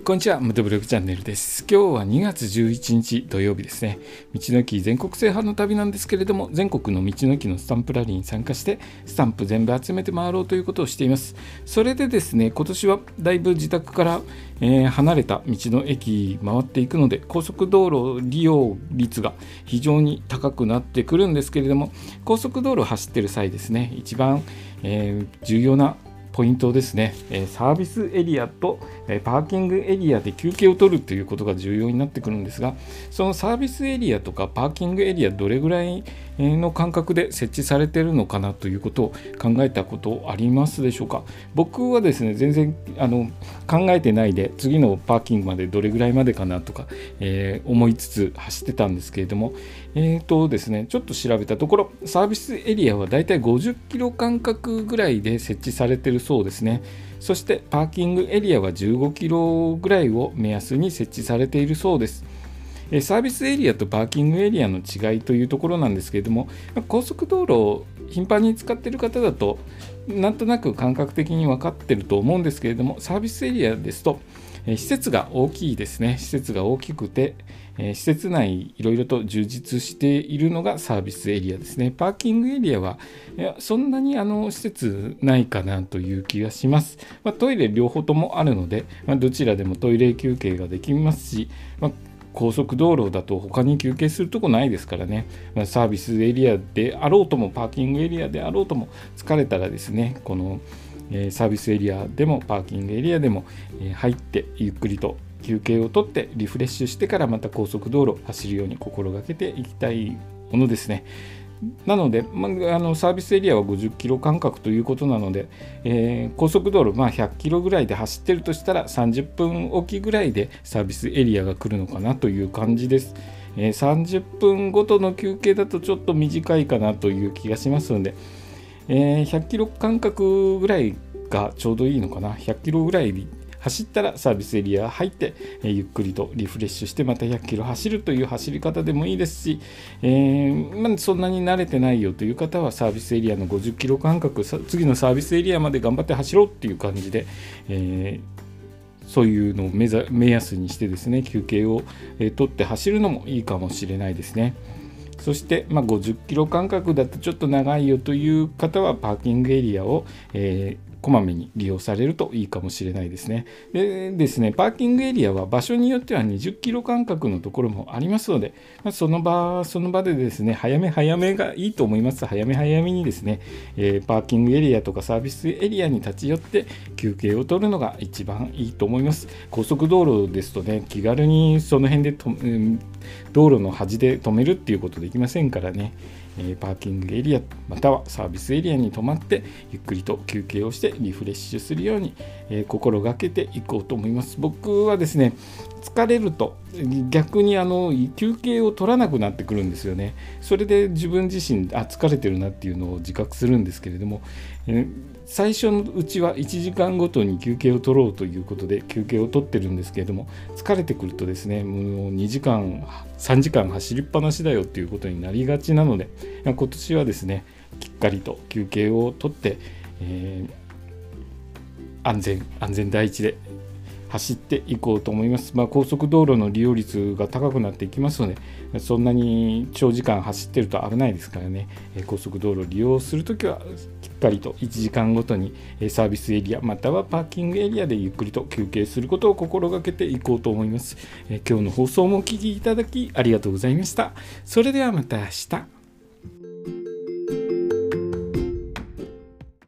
こんにちは、ムトブログチャンネルです。今日は2月11日土曜日ですね。道の駅全国制覇の旅なんですけれども、全国の道の駅のスタンプラリーに参加してスタンプ全部集めて回ろうということをしています。それでですね、今年はだいぶ自宅から、離れた道の駅回っていくので、高速道路利用率が非常に高くなってくるんですけれども、高速道路を走っている際ですね、一番、重要なポイントですね、サービスエリアとパーキングエリアで休憩を取るということが重要になってくるんですが、そのサービスエリアとかパーキングエリアどれぐらいの間隔で設置されているのかなということを考えたことありますでしょうか。僕はですね、全然考えてないで次のパーキングまでどれぐらいまでかなとか、思いつつ走ってたんですけれども、ですね、ちょっと調べたところ、サービスエリアはだいたい50キロ間隔ぐらいで設置されているそうですね。そしてパーキングエリアは15キロぐらいを目安に設置されているそうです。サービスエリアとパーキングエリアの違いというところなんですけれども、高速道路を頻繁に使っている方だとなんとなく感覚的に分かっていると思うんですけれども、サービスエリアですと施設が大きいですね。施設が大きくて、施設内いろいろと充実しているのがサービスエリアですね。パーキングエリアはそんなに施設ないかなという気がします。トイレ両方ともあるので、どちらでもトイレ休憩ができますし、高速道路だと他に休憩するとこないですからね、サービスエリアであろうともパーキングエリアであろうとも疲れたらですね、このサービスエリアでもパーキングエリアでも入ってゆっくりと休憩をとってリフレッシュしてからまた高速道路を走るように心がけていきたいものですね。なので、サービスエリアは50キロ間隔ということなので、高速道路、100キロぐらいで走ってるとしたら30分おきぐらいでサービスエリアが来るのかなという感じです。30分ごとの休憩だとちょっと短いかなという気がしますので、100キロ間隔ぐらいがちょうどいいのかな。100キロぐらい走ったらサービスエリア入って、ゆっくりとリフレッシュしてまた100キロ走るという走り方でもいいですし、そんなに慣れてないよという方はサービスエリアの50キロ間隔、次のサービスエリアまで頑張って走ろうっていう感じで、そういうのを目安にしてですね、休憩を、取って走るのもいいかもしれないですね。そして、50キロ間隔だとちょっと長いよという方はパーキングエリアを、こまめに利用されるといいかもしれないですね。でですね、パーキングエリアは場所によっては20キロ間隔のところもありますので、その場でですね、早めがいいと思います。早めにですね、パーキングエリアとかサービスエリアに立ち寄って休憩を取るのが一番いいと思います。高速道路ですとね、気軽にその辺で道路の端で止めるっていうことできませんからね、パーキングエリアまたはサービスエリアに止まってゆっくりと休憩をしてリフレッシュするように、心がけていこうと思います。僕はですね、疲れると逆に休憩を取らなくなってくるんですよね。それで自分自身疲れてるなっていうのを自覚するんですけれども、最初のうちは1時間ごとに休憩を取ろうということで休憩を取ってるんですけれども、疲れてくるとですね、もう2時間3時間走りっぱなしだよっていうことになりがちなので、今年はですね、きっかりと休憩を取って、安全第一で走っていこうと思います。高速道路の利用率が高くなっていきますので、そんなに長時間走ってると危ないですからね、高速道路を利用するときはきっかりと1時間ごとにサービスエリアまたはパーキングエリアでゆっくりと休憩することを心がけていこうと思います。今日の放送もお聞きいただきありがとうございました。それではまた明日。